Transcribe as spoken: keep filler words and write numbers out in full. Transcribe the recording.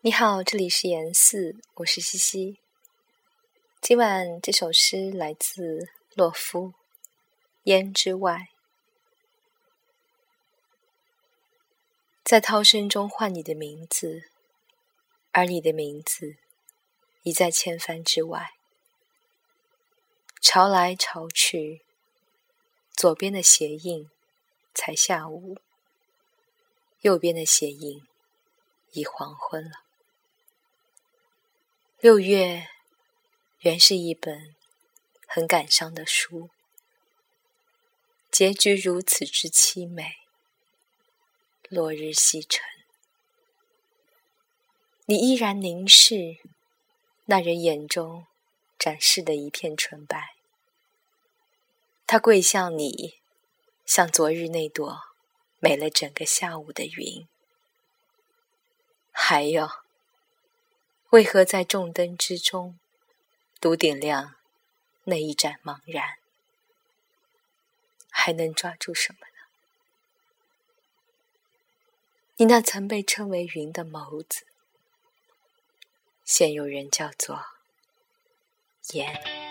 你好，这里是言四，我是西西。今晚这首诗来自洛夫《烟之外》。在涛声中唤你的名字，而你的名字已在千帆之外。潮来潮去，左边的鞋印才下午，右边的鞋印已黄昏了。六月原是一本很感伤的书，结局如此之凄美。落日西沉，你依然凝视那人眼中展示的一片纯白。他跪向你，像昨日那朵美了整个下午的云。还有，为何在众灯之中独点亮那一盏茫然？还能抓住什么呢？你那曾被称为云的眸子，现有人叫做盐。